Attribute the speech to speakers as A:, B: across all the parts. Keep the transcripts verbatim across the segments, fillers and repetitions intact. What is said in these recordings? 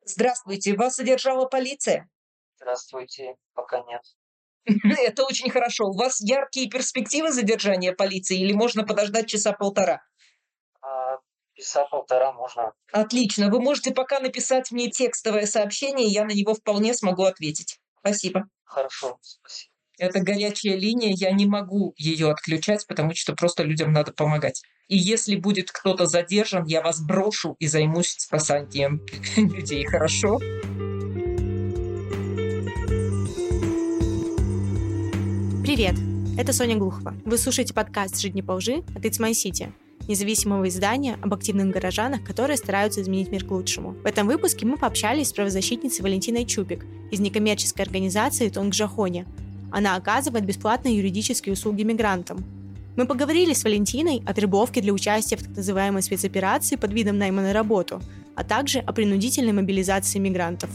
A: Здравствуйте, вас задержала полиция?
B: Здравствуйте, пока нет.
A: Это очень хорошо. У вас яркие перспективы задержания полиции или можно подождать часа полтора?
B: А, часа полтора можно.
A: Отлично. Вы можете пока написать мне текстовое сообщение, я на него вполне смогу ответить. Спасибо.
B: Хорошо, спасибо.
A: Это горячая линия, я не могу ее отключать, потому что просто людям надо помогать. И если будет кто-то задержан, я вас брошу и займусь спасанием людей, хорошо?
C: Привет! Это Соня Глухова. Вы слушаете подкаст «Жить не по лжи» от It's My City, независимого издания об активных горожанах, которые стараются изменить мир к лучшему. В этом выпуске мы пообщались с правозащитницей Валентиной Чупик из некоммерческой организации «Тонгжахоня». Она оказывает бесплатные юридические услуги мигрантам. Мы поговорили с Валентиной о вербовке для участия в так называемой спецоперации под видом найма на работу, а также о принудительной мобилизации мигрантов.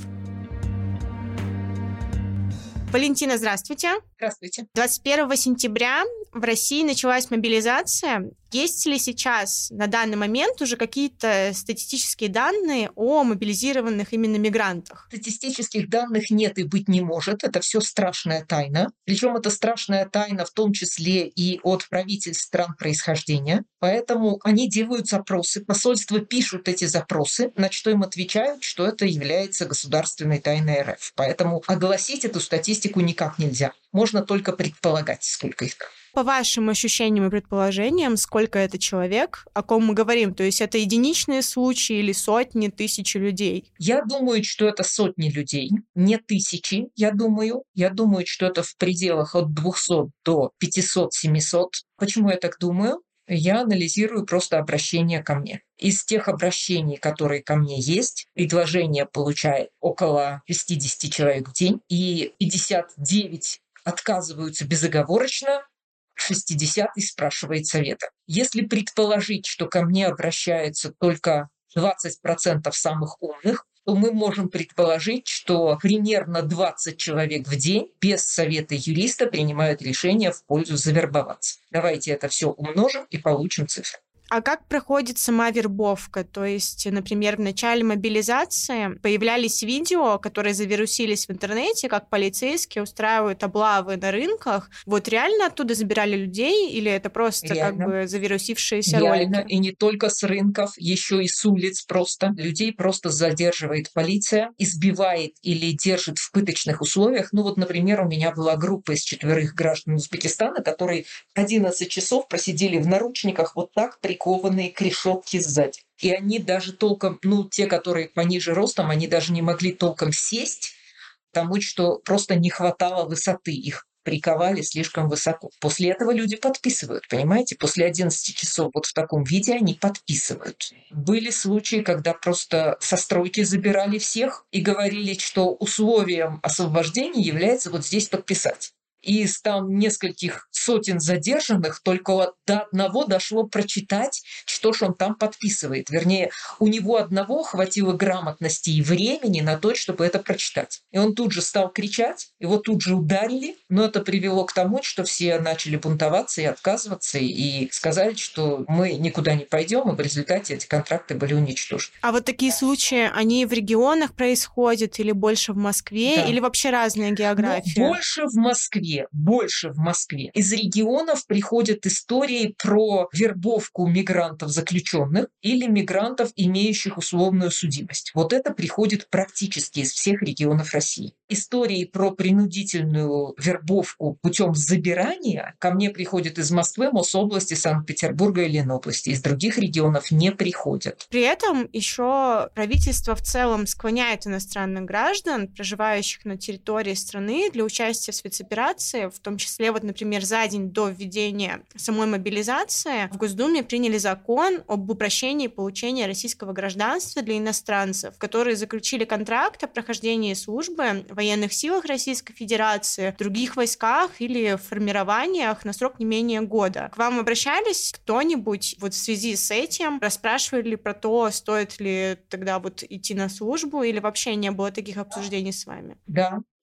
C: Валентина, здравствуйте.
A: Здравствуйте.
C: двадцать первого сентября в России началась мобилизация. Есть ли сейчас на данный момент уже какие-то статистические данные о мобилизированных именно мигрантах?
A: Статистических данных нет и быть не может. Это все страшная тайна. Причем это страшная тайна в том числе и от правительств стран происхождения. Поэтому они делают запросы, посольства пишут эти запросы, на что им отвечают, что это является государственной тайной РФ. Поэтому огласить эту статистику никак нельзя. Можно только предполагать, сколько их там.
C: По вашим ощущениям и предположениям, сколько это человек, о ком мы говорим? То есть это единичные случаи или сотни, тысячи людей?
A: Я думаю, что это сотни людей, не тысячи, я думаю. Я думаю, что это в пределах от двухсот до пятисот-семисот. Почему я так думаю? Я анализирую просто обращения ко мне. Из тех обращений, которые ко мне есть, предложение получает около шестьдесят человек в день, и пятьдесят девять отказываются безоговорочно, шестидесятый спрашивает совета. Если предположить, что ко мне обращаются только двадцать процентов самых умных, то мы можем предположить, что примерно двадцать человек в день без совета юриста принимают решение в пользу завербоваться. Давайте это все умножим и получим цифру.
C: А как проходит сама вербовка? То есть, например, в начале мобилизации появлялись видео, которые завирусились в интернете, как полицейские устраивают облавы на рынках. Вот реально оттуда забирали людей или это просто
A: Реально.
C: как бы завирусившиеся
A: Реально,
C: ролики?
A: и не только с рынков, еще и с улиц просто. Людей просто задерживает полиция, избивает или держит в пыточных условиях. Ну вот, например, у меня была группа из четверых граждан Узбекистана, которые одиннадцать часов просидели в наручниках вот так, прикованные к решетке сзади. И они даже толком, ну, те, которые пониже ростом, они даже не могли толком сесть, потому что просто не хватало высоты, их приковали слишком высоко. После этого люди подписывают, понимаете? После одиннадцати часов вот в таком виде они подписывают. Были случаи, когда просто со стройки забирали всех и говорили, что условием освобождения является вот здесь подписать. И из там нескольких сотен задержанных только до одного дошло прочитать, что ж он там подписывает. Вернее, у него одного хватило грамотности и времени на то, чтобы это прочитать. И он тут же стал кричать, его тут же ударили, но это привело к тому, что все начали бунтоваться и отказываться, и сказали, что мы никуда не пойдем, и в результате эти контракты были уничтожены.
C: А вот такие случаи, они в регионах происходят или больше в Москве,
A: Да.
C: или вообще разная география?
A: Ну, больше в Москве, больше в Москве. Из регионов приходят истории про вербовку мигрантов-заключенных или мигрантов, имеющих условную судимость. Вот это приходит практически из всех регионов России. Истории про принудительную вербовку путем забирания ко мне приходят из Москвы, Мособласти, Санкт-Петербурга и Ленобласти. Из других регионов не приходят.
C: При этом еще правительство в целом склоняет иностранных граждан, проживающих на территории страны, для участия в спецоперации, в том числе, вот, например, за день до введения самой мобилизации в Госдуме приняли закон об упрощении получения российского гражданства для иностранцев, которые заключили контракт о прохождении службы в военных силах Российской Федерации, в других войсках или в формированиях на срок не менее года. К вам обращались кто-нибудь вот в связи с этим? Расспрашивали ли про то, стоит ли тогда вот идти на службу, или вообще не было таких обсуждений с вами?
A: Да.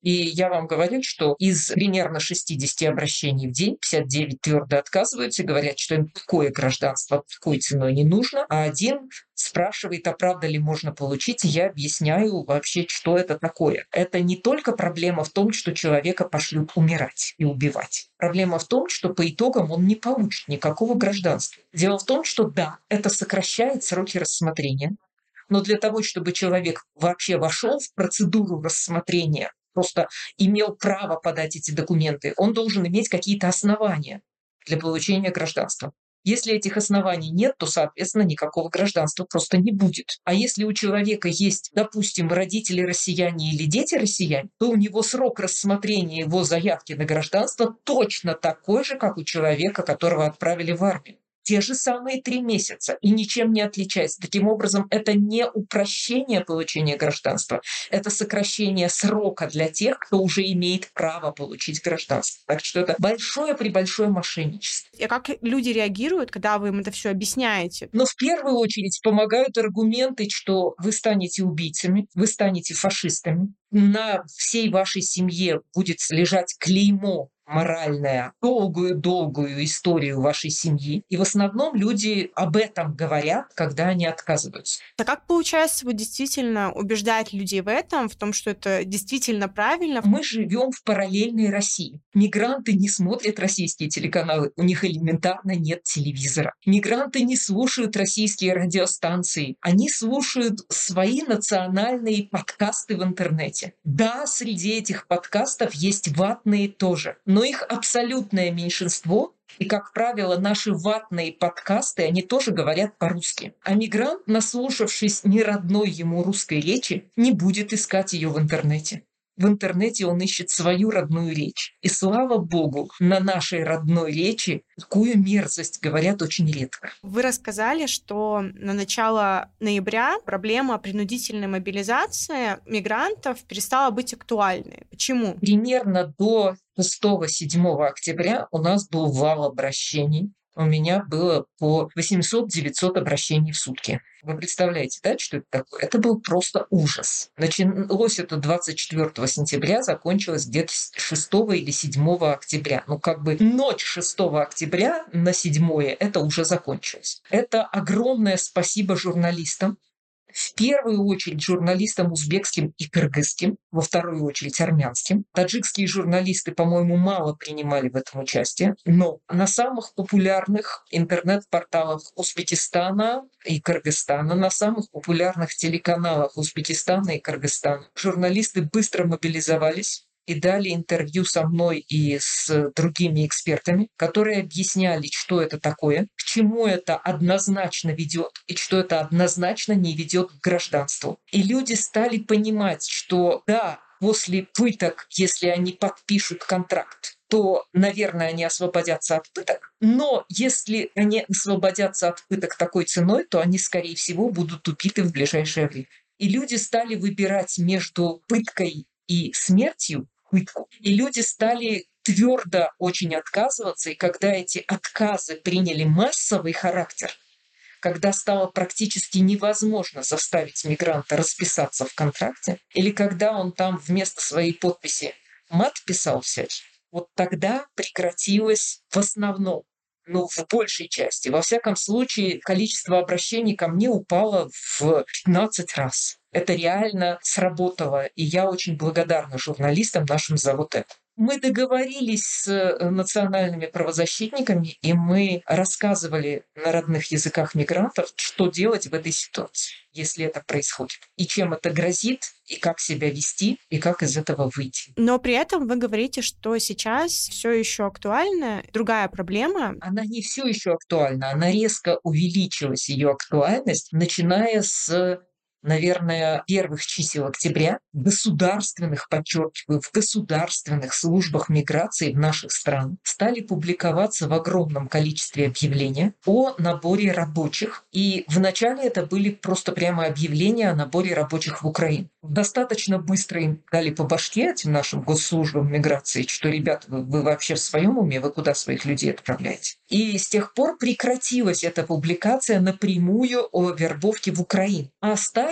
A: И я вам говорю, что из примерно шестидесяти обращений в день пятьдесят девять твердо отказываются и говорят, что им такое гражданство такой ценой не нужно, а один спрашивает, а правда ли можно получить, и я объясняю вообще, что это такое. Это не только проблема в том, что человека пошлют умирать и убивать. Проблема в том, что по итогам он не получит никакого гражданства. Дело в том, что да, это сокращает сроки рассмотрения, но для того, чтобы человек вообще вошел в процедуру рассмотрения, просто имел право подать эти документы, он должен иметь какие-то основания для получения гражданства. Если этих оснований нет, то, соответственно, никакого гражданства просто не будет. А если у человека есть, допустим, родители россияне или дети россияне, то у него срок рассмотрения его заявки на гражданство точно такой же, как у человека, которого отправили в армию. Те же самые три месяца и ничем не отличается. Таким образом, это не упрощение получения гражданства, это сокращение срока для тех, кто уже имеет право получить гражданство. Так что это большое-пребольшое мошенничество.
C: И как люди реагируют, когда вы им это все объясняете?
A: Но в первую очередь помогают аргументы, что вы станете убийцами, вы станете фашистами, на всей вашей семье будет лежать клеймо моральная, долгую-долгую историю вашей семьи. И в основном люди об этом говорят, когда они отказываются.
C: А как получается вот действительно убеждать людей в этом, в том, что это действительно правильно?
A: Мы живем в параллельной России. Мигранты не смотрят российские телеканалы, у них элементарно нет телевизора. Мигранты не слушают российские радиостанции, они слушают свои национальные подкасты в интернете. Да, среди этих подкастов есть ватные тоже, но их абсолютное меньшинство, и, как правило, наши ватные подкасты, они тоже говорят по-русски. А мигрант, наслушавшись неродной ему русской речи, не будет искать ее в интернете. В интернете он ищет свою родную речь. И слава богу, на нашей родной речи такую мерзость говорят очень редко.
C: Вы рассказали, что на начало ноября проблема принудительной мобилизации мигрантов перестала быть актуальной. Почему?
A: Примерно до шестого-седьмого октября у нас был вал обращений. У меня было по восемьсот-девятьсот обращений в сутки. Вы представляете, да, что это такое? Это был просто ужас. Началось это двадцать четвёртого сентября, закончилось где-то шестого или седьмого октября. Ну, как бы ночь шестого октября на седьмое это уже закончилось. Это огромное спасибо журналистам. В первую очередь журналистам узбекским и кыргызским, во вторую очередь армянским. Таджикские журналисты, по-моему, мало принимали в этом участие, но на самых популярных интернет-порталах Узбекистана и Кыргызстана, на самых популярных телеканалах Узбекистана и Кыргызстана журналисты быстро мобилизовались и дали интервью со мной и с другими экспертами, которые объясняли, что это такое, к чему это однозначно ведет и что это однозначно не ведет к гражданству. И люди стали понимать, что да, после пыток, если они подпишут контракт, то, наверное, они освободятся от пыток. Но если они освободятся от пыток такой ценой, то они, скорее всего, будут убиты в ближайшее время. И люди стали выбирать между пыткой и смертью, пытку. И люди стали твердо очень отказываться, и когда эти отказы приняли массовый характер, когда стало практически невозможно заставить мигранта расписаться в контракте, или когда он там вместо своей подписи мат писал всякий, вот тогда прекратилось в основном, ну, в большей части. Во всяком случае, количество обращений ко мне упало в пятнадцать раз. Это реально сработало, и я очень благодарна журналистам нашим за вот это. Мы договорились с национальными правозащитниками, и мы рассказывали на родных языках мигрантов, что делать в этой ситуации, если это происходит, и чем это грозит, и как себя вести, и как из этого выйти.
C: Но при этом вы говорите, что сейчас все еще актуальна другая проблема.
A: Она не все еще актуальна, она резко увеличилась, ее актуальность, начиная с, наверное, первых чисел октября в государственных, подчеркиваю, в государственных службах миграции в наших странах стали публиковаться в огромном количестве объявления о наборе рабочих. И вначале это были просто прямо объявления о наборе рабочих в Украину. Достаточно быстро им дали по башке этим нашим госслужбам миграции, что, ребята, вы, вы вообще в своем уме, вы куда своих людей отправляете? И с тех пор прекратилась эта публикация напрямую о вербовке в Украину. А оставили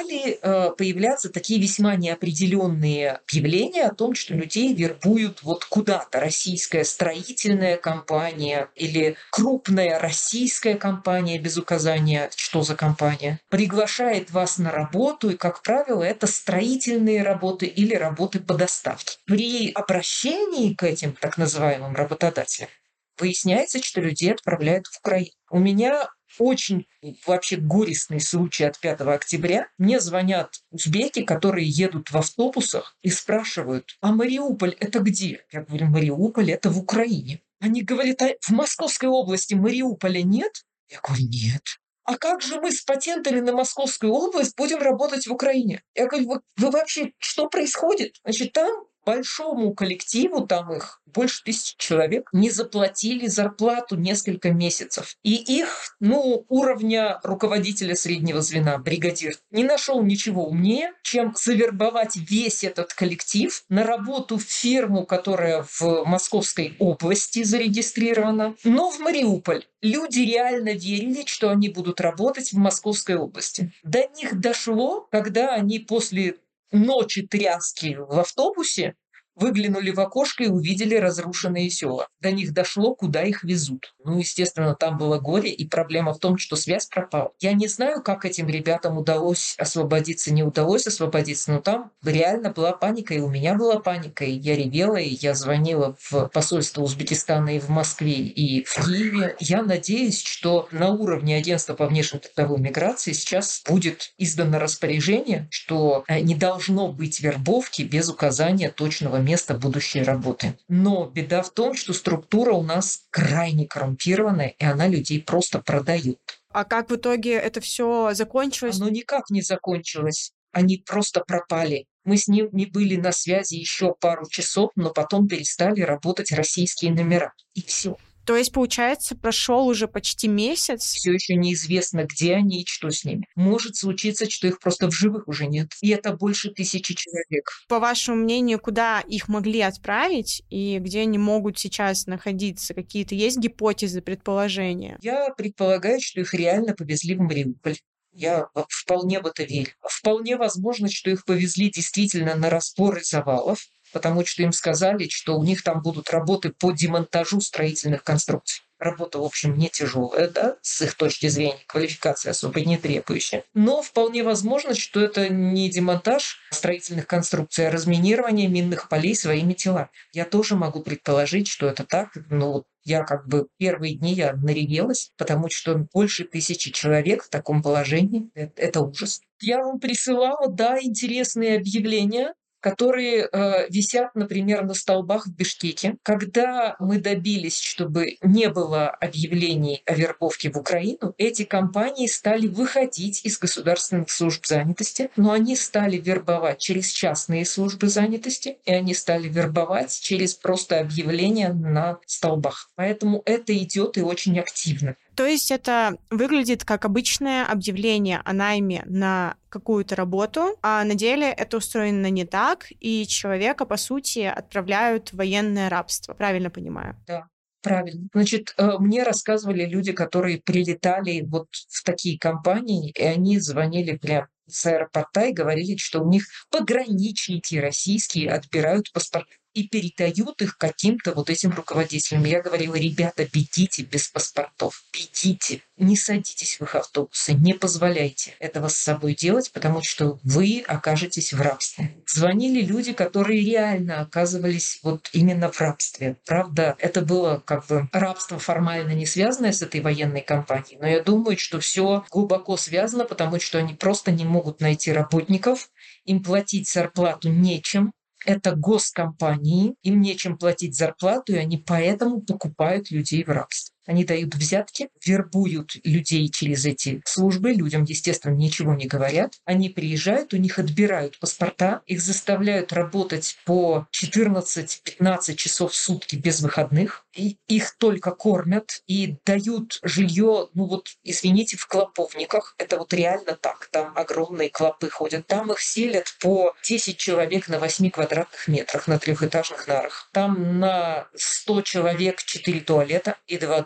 A: стали э, появляться такие весьма неопределенные объявления о том, что людей вербуют вот куда-то. Российская строительная компания или крупная российская компания без указания, что за компания, приглашает вас на работу, и, как правило, это строительные работы или работы по доставке. При обращении к этим так называемым работодателям выясняется, что людей отправляют в Украину. У меня очень вообще горестный случай от пятого октября. Мне звонят узбеки, которые едут в автобусах и спрашивают: а Мариуполь это где? Я говорю: Мариуполь это в Украине. Они говорят: а в Московской области Мариуполя нет? Я говорю: нет. А как же мы с патентами на Московскую область будем работать в Украине? Я говорю: вы, вы вообще, что происходит? Значит, там большому коллективу, там их больше тысячи человек, не заплатили зарплату несколько месяцев. И их, ну, уровня руководителя среднего звена, бригадир, не нашел ничего умнее, чем завербовать весь этот коллектив на работу в фирму, которая в Московской области зарегистрирована, но в Мариуполь. Люди реально верили, что они будут работать в Московской области. До них дошло, когда они после ночи тряски в автобусе выглянули в окошко и увидели разрушенные села. До них дошло, куда их везут. Ну, естественно, там было горе, и проблема в том, что связь пропала. Я не знаю, как этим ребятам удалось освободиться, не удалось освободиться, но там реально была паника, и у меня была паника, и я ревела, и я звонила в посольство Узбекистана и в Москве, и в Киеве. Я надеюсь, что на уровне агентства по внешнетрудовой миграции сейчас будет издано распоряжение, что не должно быть вербовки без указания точного места будущей работы. Но беда в том, что структура у нас крайне коррумпированная, и она людей просто продает.
C: А как в итоге это все закончилось?
A: Оно никак не закончилось. Они просто пропали. Мы с ними были на связи еще пару часов, но потом перестали работать российские номера. И все.
C: То есть, получается, прошел уже почти месяц.
A: Все еще неизвестно, где они и что с ними. Может случиться, что их просто в живых уже нет. И это больше тысячи человек.
C: По вашему мнению, куда их могли отправить и где они могут сейчас находиться? Какие-то есть гипотезы, предположения?
A: Я предполагаю, что их реально повезли в Мариуполь. Я вполне в это верю. Вполне возможно, что их повезли действительно на разборы завалов, потому что им сказали, что у них там будут работы по демонтажу строительных конструкций. Работа, в общем, не тяжелая, да, с их точки зрения, квалификация особо не требующая. Но вполне возможно, что это не демонтаж строительных конструкций, а разминирование минных полей своими телами. Я тоже могу предположить, что это так, но я как бы первые дни я наревелась, потому что больше тысячи человек в таком положении. Это, это ужас. Я вам присылала, да, интересные объявления, которые э, висят, например, на столбах в Бишкеке. Когда мы добились, чтобы не было объявлений о вербовке в Украину, эти компании стали выходить из государственных служб занятости, но они стали вербовать через частные службы занятости, и они стали вербовать через просто объявления на столбах. Поэтому это идет и очень активно.
C: То есть это выглядит как обычное объявление о найме на какую-то работу, а на деле это устроено не так, и человека, по сути, отправляют в военное рабство. Правильно понимаю?
A: Да. Правильно. Значит, мне рассказывали люди, которые прилетали вот в такие компании, и они звонили прямо с аэропорта и говорили, что у них пограничники российские отбирают паспорта и передают их каким-то вот этим руководителям. Я говорила: ребята, бегите без паспортов, бегите, не садитесь в их автобусы, не позволяйте этого с собой делать, потому что вы окажетесь в рабстве. Звонили люди, которые реально оказывались вот именно в рабстве. Правда, это было как бы рабство формально не связанное с этой военной кампанией, но я думаю, что все глубоко связано, потому что они просто не могут найти работников, им платить зарплату нечем. Это госкомпании, им нечем платить зарплату, и они поэтому покупают людей в рабство. Они дают взятки, вербуют людей через эти службы, людям, естественно, ничего не говорят. Они приезжают, у них отбирают паспорта, их заставляют работать по четырнадцать-пятнадцать часов в сутки без выходных, и их только кормят и дают жилье, ну вот, извините, в клоповниках. Это вот реально так. Там огромные клопы ходят. Там их селят по десять человек на восьми квадратных метрах на трехэтажных нарах. Там на сто человек четыре туалета и два душа.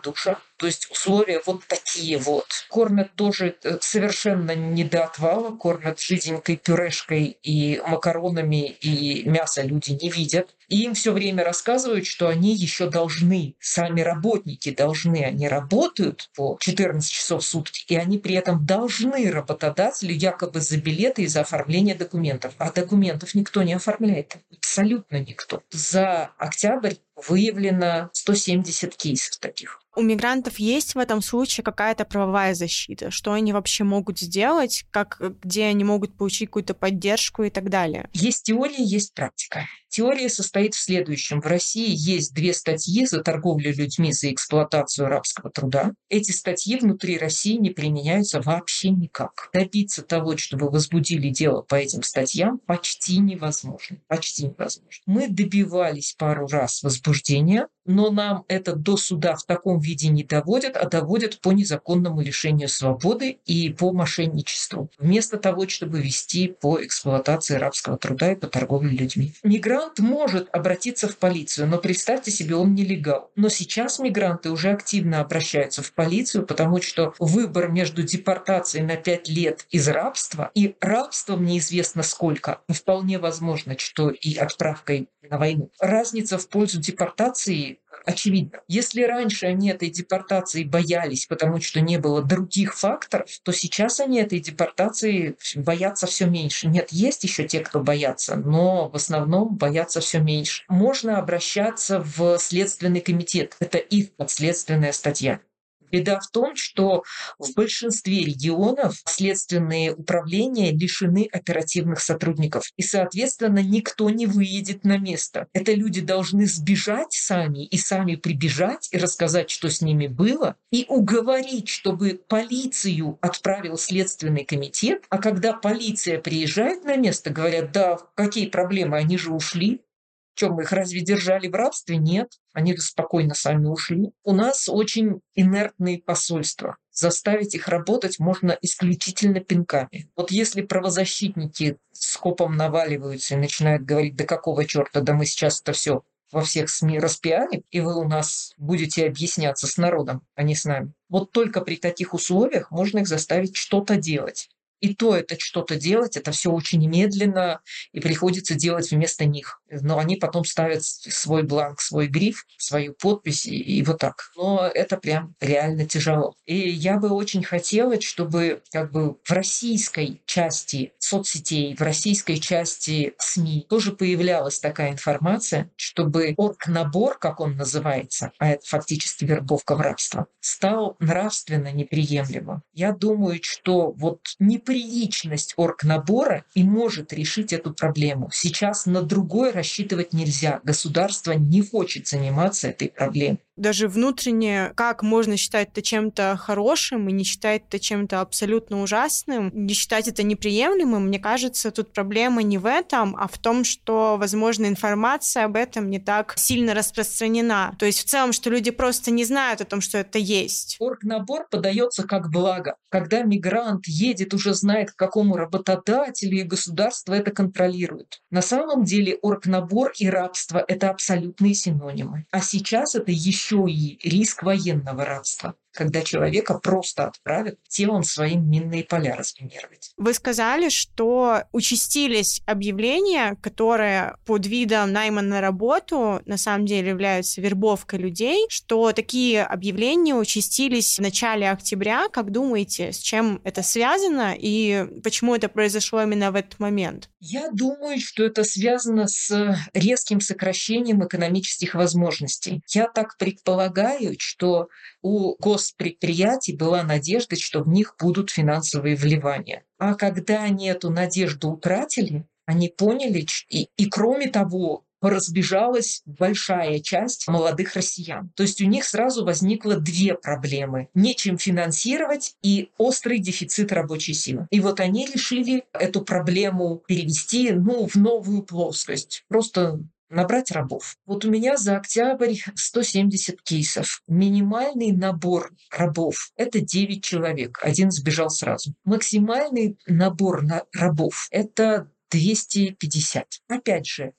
A: душах. То есть условия вот такие вот. Кормят тоже э, совершенно не до отвала, кормят жиденькой пюрешкой и макаронами, и мясо люди не видят. И им все время рассказывают, что они еще должны, сами работники должны, они работают по четырнадцать часов в сутки, и они при этом должны работодателю якобы за билеты и за оформление документов. А документов никто не оформляет. Абсолютно никто. За октябрь выявлено сто семьдесят кейсов таких.
C: У мигрантов есть в этом случае какая-то правовая защита? Что они вообще могут сделать? Как, где они могут получить какую-то поддержку и так далее?
A: Есть теория, есть практика. Теория состоит в следующем. В России есть две статьи за торговлю людьми, за эксплуатацию рабского труда. Эти статьи внутри России не применяются вообще никак. Добиться того, чтобы возбудили дело по этим статьям, почти невозможно. Почти невозможно. Мы добивались пару раз возбуждения, но нам это до суда в таком виде не доводят, а доводят по незаконному лишению свободы и по мошенничеству, вместо того, чтобы вести по эксплуатации рабского труда и по торговле людьми. Мигрант может обратиться в полицию, но представьте себе, он нелегал. Но сейчас мигранты уже активно обращаются в полицию, потому что выбор между депортацией на пять лет из рабства и рабством неизвестно сколько, вполне возможно, что и отправкой на войну. Разница в пользу депортации очевидно. Если раньше они этой депортации боялись, потому что не было других факторов, то сейчас они этой депортации боятся все меньше. Нет, есть еще те, кто боятся, но в основном боятся все меньше. Можно обращаться в Следственный комитет. Это их подследственная статья. Беда в том, что в большинстве регионов следственные управления лишены оперативных сотрудников. И, соответственно, никто не выедет на место. Это люди должны сбежать сами и сами прибежать и рассказать, что с ними было, и уговорить, чтобы полицию отправил Следственный комитет. А когда полиция приезжает на место, говорят: да, какие проблемы, они же ушли. Чем мы их разве держали в рабстве? Нет. Они же спокойно сами ушли. У нас очень инертные посольства. Заставить их работать можно исключительно пинками. Вот если правозащитники скопом наваливаются и начинают говорить: да какого черта, да мы сейчас это все во всех СМИ распиарим, и вы у нас будете объясняться с народом, а не с нами. Вот только при таких условиях можно их заставить что-то делать. И то это что-то делать, это все очень медленно, и приходится делать вместо них. Но они потом ставят свой бланк, свой гриф, свою подпись, и, и вот так. Но это прям реально тяжело. И я бы очень хотела, чтобы как бы в российской части соцсетей, в российской части СМИ тоже появлялась такая информация, чтобы оргнабор, как он называется, а это фактически вербовка в рабство, стал нравственно неприемлемым. Я думаю, что вот не Неприличность оргнабора и может решить эту проблему. Сейчас на другое рассчитывать нельзя. Государство не хочет заниматься этой проблемой.
C: Даже внутренне, как можно считать это чем-то хорошим и не считать это чем-то абсолютно ужасным, не считать это неприемлемым, мне кажется, тут проблема не в этом, а в том, что, возможно, информация об этом не так сильно распространена. То есть в целом, что люди просто не знают о том, что это есть.
A: Оргнабор подается как благо. Когда мигрант едет, уже знает, к какому работодателю, и государство это контролирует. На самом деле оргнабор и рабство — это абсолютные синонимы. А сейчас это еще и риск военного рабства, когда человека просто отправят телом своим минные поля разминировать.
C: Вы сказали, что участились объявления, которые под видом найма на работу на самом деле являются вербовкой людей, что такие объявления участились в начале октября. Как думаете, с чем это связано и почему это произошло именно в этот момент?
A: Я думаю, что это связано с резким сокращением экономических возможностей. Я так предполагаю, что у госпредприятий была надежда, что в них будут финансовые вливания. А когда они эту надежду утратили, они поняли, и, и кроме того, разбежалась большая часть молодых россиян. То есть у них сразу возникло две проблемы. Нечем финансировать и острый дефицит рабочей силы. И вот они решили эту проблему перевести, ну, в новую плоскость. Просто набрать рабов. Вот у меня за октябрь сто семьдесят кейсов. Минимальный набор рабов — это девять человек. Один сбежал сразу. Максимальный набор на рабов — это двести пятьдесят. Опять же,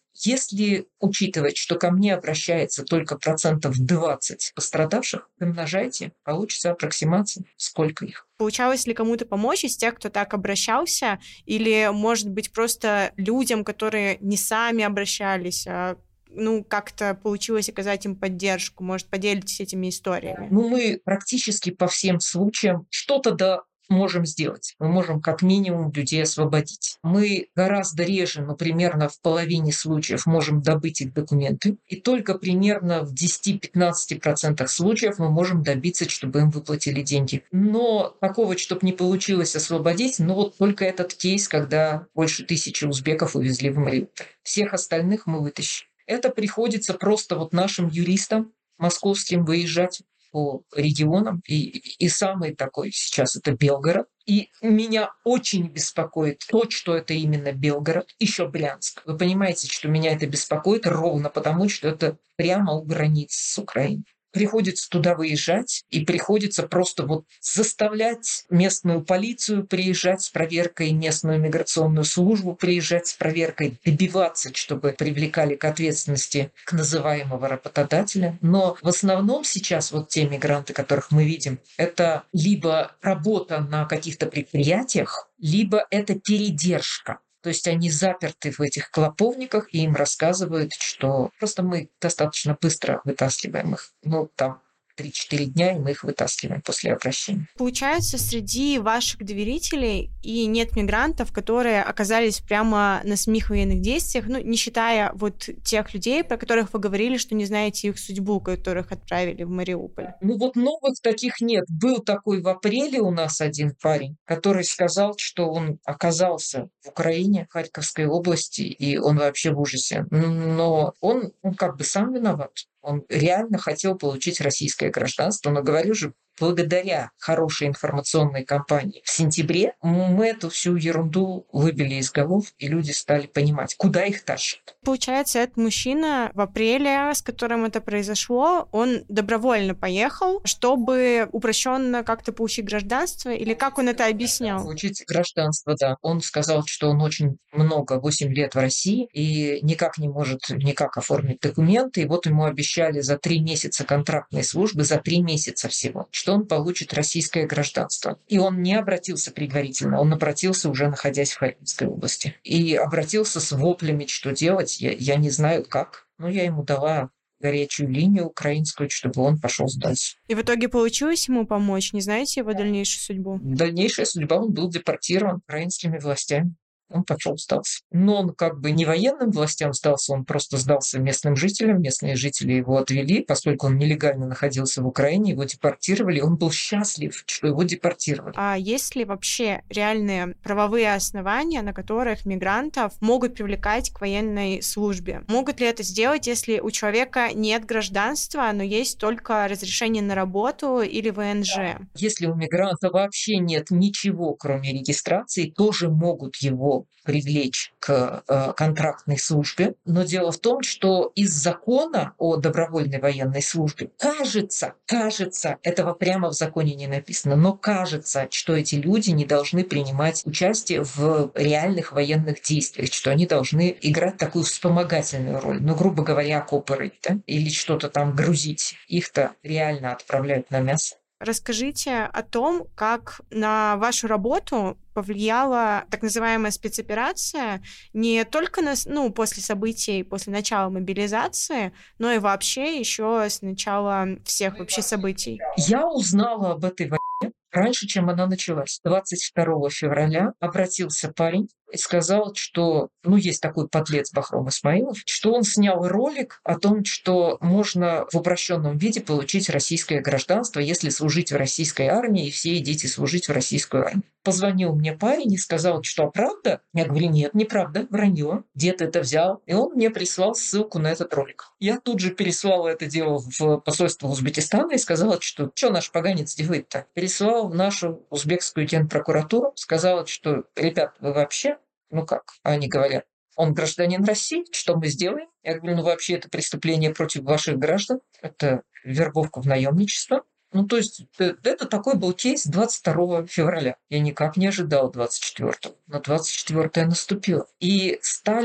A: Если учитывать, что ко мне обращается только процентов двадцать пострадавших, умножайте, получится аппроксимация, сколько их.
C: Получалось ли кому-то помочь из тех, кто так обращался? Или, может быть, просто людям, которые не сами обращались, а ну, как-то получилось оказать им поддержку? Может, поделитесь этими историями?
A: Ну, мы практически по всем случаям что-то да можем сделать. Мы можем как минимум людей освободить. Мы гораздо реже, ну, примерно в половине случаев можем добыть их документы. И только примерно в десяти-пятнадцати процентах случаев мы можем добиться, чтобы им выплатили деньги. Но такого, чтобы не получилось освободить, ну вот только этот кейс, когда больше тысячи узбеков увезли в Мариуполь. Всех остальных мы вытащим. Это приходится просто вот нашим юристам московским выезжать по регионам. И, и самый такой сейчас это Белгород. И меня очень беспокоит то, что это именно Белгород, еще Брянск. Вы понимаете, что меня это беспокоит ровно потому, что это прямо у границ с Украиной. Приходится туда выезжать, и приходится просто вот заставлять местную полицию приезжать с проверкой, местную миграционную службу приезжать с проверкой, добиваться, чтобы привлекали к ответственности к называемого работодателя. Но в основном сейчас вот те мигранты, которых мы видим, это либо работа на каких-то предприятиях, либо это передержка. То есть они заперты в этих клоповниках, и им рассказывают, что просто мы достаточно быстро вытаскиваем их. Ну, там три-четыре дня, и мы их вытаскиваем после обращения.
C: Получается, среди ваших доверителей и нет мигрантов, которые оказались прямо на самих военных действиях, ну, не считая вот тех людей, про которых вы говорили, что не знаете их судьбу, которых отправили в Мариуполь.
A: Ну вот новых таких нет. Был такой в апреле у нас один парень, который сказал, что он оказался в Украине, в Харьковской области, и он вообще в ужасе. Но он, он как бы сам виноват. Он реально хотел получить российское гражданство, но, говорю же, благодаря хорошей информационной кампании в сентябре мы эту всю ерунду выбили из голов, и люди стали понимать, куда их тащат.
C: Получается, этот мужчина в апреле, с которым это произошло, он добровольно поехал, чтобы упрощенно как-то получить гражданство, или как он это объяснял?
A: Получить гражданство, да. Он сказал, что он очень много, восемь лет в России, и никак не может никак оформить документы, и вот ему обещали за три месяца контрактной службы, за три месяца всего, что он получит российское гражданство. И он не обратился предварительно, он обратился уже находясь в Харьковской области. И обратился с воплями, что делать, я, я не знаю как. Но я ему дала горячую линию украинскую, чтобы он пошел сдать.
C: И в итоге получилось ему помочь? Не знаете его дальнейшую судьбу?
A: Дальнейшая судьба, он был депортирован украинскими властями. Он пошел, сдался. Но он как бы не военным властям сдался, он просто сдался местным жителям. Местные жители его отвели, поскольку он нелегально находился в Украине, его депортировали. Он был счастлив, что его депортировали.
C: А есть ли вообще реальные правовые основания, на которых мигрантов могут привлекать к военной службе? Могут ли это сделать, если у человека нет гражданства, но есть только разрешение на работу или вэ эн жэ?
A: Если у мигранта вообще нет ничего, кроме регистрации, тоже могут его привлечь к э, контрактной службе. Но дело в том, что из закона о добровольной военной службе кажется, кажется, этого прямо в законе не написано, но кажется, что эти люди не должны принимать участие в реальных военных действиях, что они должны играть такую вспомогательную роль. Ну, грубо говоря, окопы рыть, да? Или что-то там грузить. Их-то реально отправляют на мясо.
C: Расскажите о том, как на вашу работу повлияла так называемая спецоперация не только на, ну, после событий, после начала мобилизации, но и вообще еще с начала всех вообще событий.
A: Я узнала об этой войне раньше, чем она началась. двадцать второго февраля обратился парень и сказал, что, ну, есть такой подлец Бахром Исмаилов, что он снял ролик о том, что можно в упрощенном виде получить российское гражданство, если служить в российской армии, и все идите служить в российскую армию. Позвонил мне парень и сказал, что правда? Я говорю, нет, неправда, вранье. Где ты это взял? И он мне прислал ссылку на этот ролик. Я тут же переслала это дело в посольство Узбекистана и сказала, что что наш поганец делает-то? Переслала в нашу узбекскую генпрокуратуру, сказала, что, ребят, вы вообще, ну как, они говорят, он гражданин России, что мы сделаем? Я говорю, ну вообще это преступление против ваших граждан, это вербовка в наемничество. Ну, то есть это такой был кейс двадцать второго февраля. Я никак не ожидал двадцать четвёртого, но двадцать четвёртое наступило. И стали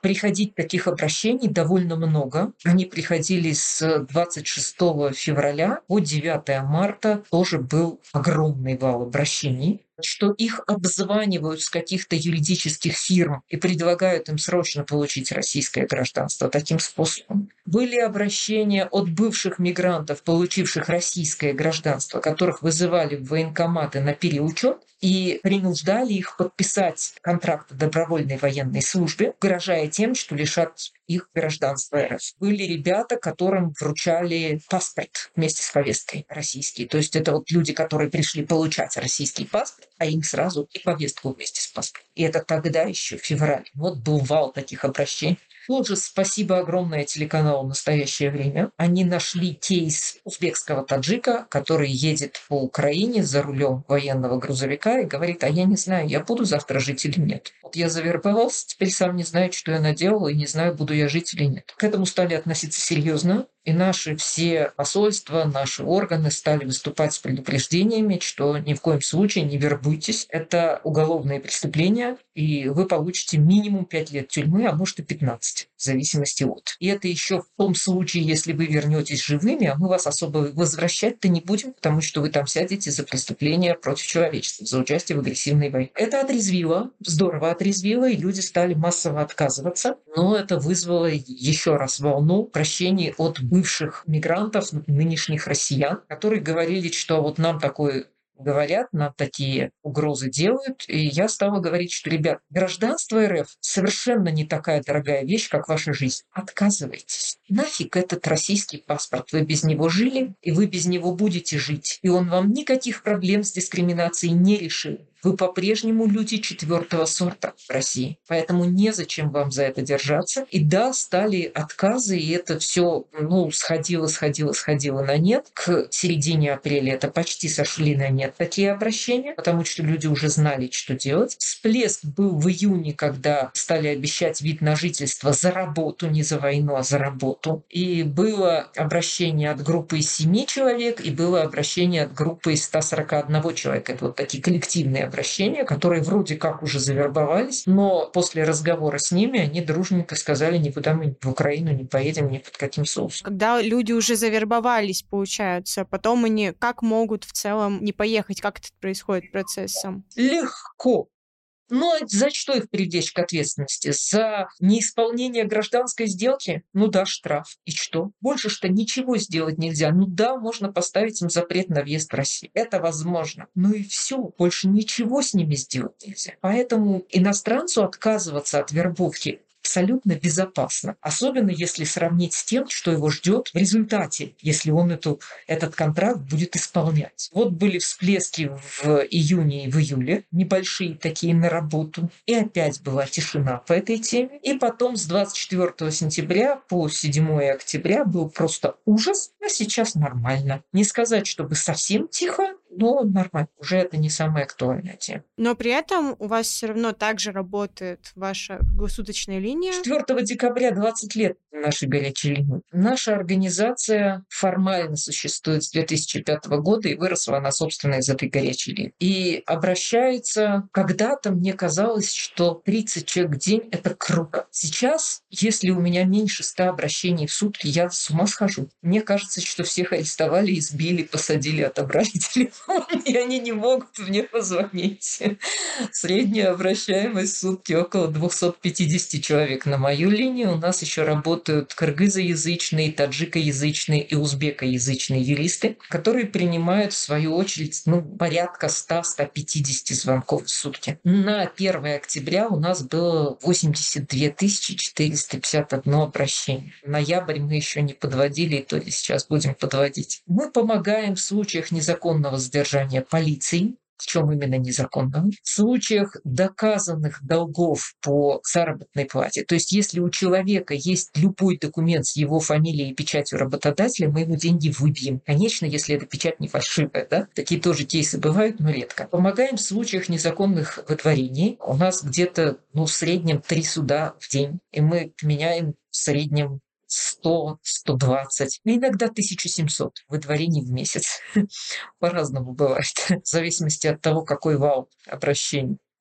A: приходить таких обращений довольно много. Они приходили с двадцать шестого февраля по девятое марта. Тоже был огромный вал обращений, что их обзванивают с каких-то юридических фирм и предлагают им срочно получить российское гражданство таким способом. Были обращения от бывших мигрантов, получивших российское гражданство, которых вызывали в военкоматы на переучет и принуждали их подписать контракт о добровольной военной службе, угрожая тем, что лишат их гражданства эр эф. Были ребята, которым вручали паспорт вместе с повесткой российский. То есть это вот люди, которые пришли получать российский паспорт, а им сразу и повестку вместе с паспортом. И это тогда еще, в феврале. Вот был вал таких обращений. Тут же спасибо огромное телеканалу «Настоящее время». Они нашли кейс узбекского таджика, который едет по Украине за рулем военного грузовика и говорит: а я не знаю, я буду завтра жить или нет. Вот я завербовался, теперь сам не знаю, что я наделал, и не знаю, буду я жить или нет. К этому стали относиться серьезно. И наши все посольства, наши органы стали выступать с предупреждениями, что ни в коем случае не вербуйтесь. Это уголовные преступления, и вы получите минимум пять лет тюрьмы, а может и пятнадцать, в зависимости от. И это еще в том случае, если вы вернетесь живыми, а мы вас особо возвращать-то не будем, потому что вы там сядете за преступления против человечества, за участие в агрессивной войне. Это отрезвило, здорово отрезвило, и люди стали массово отказываться. Но это вызвало еще раз волну прощений от бывших мигрантов, нынешних россиян, которые говорили, что вот нам такое говорят, нам такие угрозы делают. И я стала говорить, что, ребят, гражданство эр эф совершенно не такая дорогая вещь, как ваша жизнь. Отказывайтесь. Нафиг этот российский паспорт. Вы без него жили, и вы без него будете жить. И он вам никаких проблем с дискриминацией не решит. Вы по-прежнему люди четвертого сорта в России. Поэтому незачем вам за это держаться. И да, стали отказы, и это все ну, сходило, сходило, сходило на нет. К середине апреля это почти сошли на нет такие обращения, потому что люди уже знали, что делать. Всплеск был в июне, когда стали обещать вид на жительство за работу, не за войну, а за работу. И было обращение от группы из семи человек, и было обращение от группы из ста сорока одного человека. Это вот такие коллективные обращения, которые вроде как уже завербовались, но после разговора с ними они дружненько сказали: никуда мы в Украину не поедем, ни под каким соусом.
C: Когда люди уже завербовались, получается, потом они как могут в целом не поехать? Как это происходит процесс сам?
A: Легко. Но за что их привлечь к ответственности? За неисполнение гражданской сделки? Ну да, штраф. И что? Больше что ничего сделать нельзя. Ну да, можно поставить им запрет на въезд в Россию. Это возможно. Ну и все. Больше ничего с ними сделать нельзя. Поэтому иностранцу отказываться от вербовки абсолютно безопасно. Особенно если сравнить с тем, что его ждет в результате, если он эту, этот контракт будет исполнять. Вот были всплески в июне и в июле, небольшие такие на работу. И опять была тишина по этой теме. И потом с двадцать четвёртого сентября по седьмое октября был просто ужас, а сейчас нормально. Не сказать, чтобы совсем тихо, но нормально. Уже это не самая актуальная тема.
C: Но при этом у вас все равно также работает ваша круглосуточная линия.
A: четвёртого декабря двадцать лет нашей горячей линии. Наша организация формально существует с две тысячи пятого года, и выросла она, собственно, из этой горячей линии. И обращается... Когда-то мне казалось, что тридцать человек в день — это круто. Сейчас, если у меня меньше ста обращений в сутки, я с ума схожу. Мне кажется, что всех арестовали, избили, посадили, отобрали телефон, и они не могут мне позвонить. Средняя обращаемость в сутки около двести пятьдесят человек. На мою линию у нас еще работают кыргызоязычные, таджикоязычные и узбекоязычные юристы, которые принимают в свою очередь ну, порядка ста — ста пятидесяти звонков в сутки. На первое октября у нас было восемьдесят две тысячи четыреста пятьдесят одно обращение. Ноябрь мы еще не подводили, и то ли сейчас будем подводить. Мы помогаем в случаях незаконного задержания полиции. В чем именно незаконно? В случаях доказанных долгов по заработной плате. То есть, если у человека есть любой документ с его фамилией и печатью работодателя, мы ему деньги выбьем. Конечно, если эта печать не фальшивая, да? Такие тоже кейсы бывают, но редко. Помогаем в случаях незаконных выдворений. У нас где-то, ну, в среднем три суда в день. И мы меняем в среднем сто — сто двадцать, иногда тысяча семьсот выдворений в месяц. По-разному бывает, в зависимости от того, какой вал обращений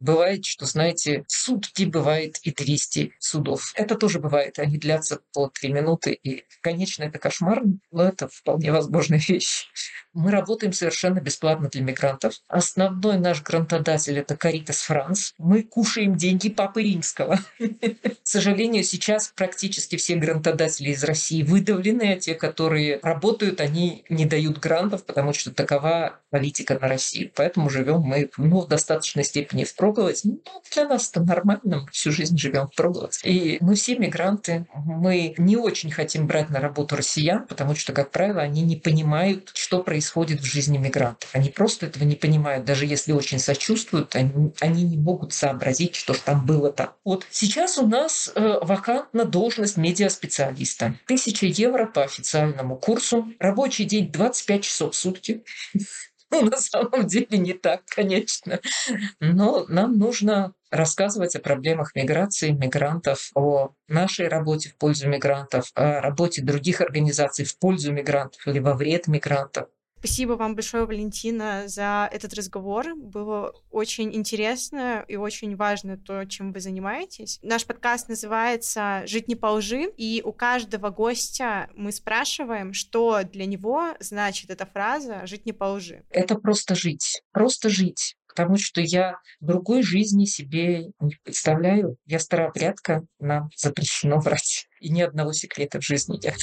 A: Бывает, что, знаете, сутки бывает и двести судов. Это тоже бывает. Они длятся по три минуты. И, конечно, это кошмар, но это вполне возможная вещь. Мы работаем совершенно бесплатно для мигрантов. Основной наш грантодатель — это Caritas France. Мы кушаем деньги Папы Римского. К сожалению, сейчас практически все грантодатели из России выдавлены, а те, которые работают, они не дают грантов, потому что такова политика на Россию. Поэтому живем мы ну, в достаточной степени впроголодь. Ну, для нас это нормально, мы всю жизнь живем впроголодь. И мы все мигранты, мы не очень хотим брать на работу россиян, потому что, как правило, они не понимают, что происходит в жизни мигрантов. Они просто этого не понимают. Даже если очень сочувствуют, они, они не могут сообразить, что ж там было-то. Вот сейчас у нас э, вакантна должность медиаспециалиста. Тысяча евро по официальному курсу. Рабочий день двадцать пять часов в сутки. Ну, на самом деле не так, конечно. Но нам нужно рассказывать о проблемах миграции, мигрантов, о нашей работе в пользу мигрантов, о работе других организаций в пользу мигрантов или во вред мигрантов.
C: Спасибо вам большое, Валентина, за этот разговор. Было очень интересно и очень важно то, чем вы занимаетесь. Наш подкаст называется «Жить не по лжи», и у каждого гостя мы спрашиваем, что для него значит эта фраза «жить не по лжи».
A: Это просто жить, просто жить. Потому что я другой жизни себе не представляю. Я старообрядка, нам запрещено врать. И ни одного секрета в жизни нет.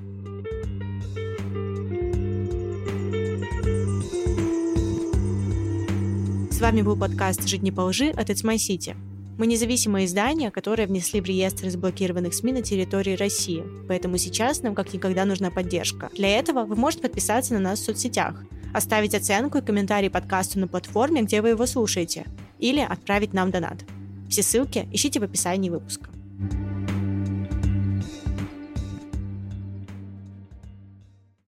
C: С вами был подкаст «Жить не по лжи» от It's My City. Мы независимое издание, которое внесли в реестр заблокированных СМИ на территории России, поэтому сейчас нам как никогда нужна поддержка. Для этого вы можете подписаться на нас в соцсетях, оставить оценку и комментарий подкасту на платформе, где вы его слушаете, или отправить нам донат. Все ссылки ищите в описании выпуска.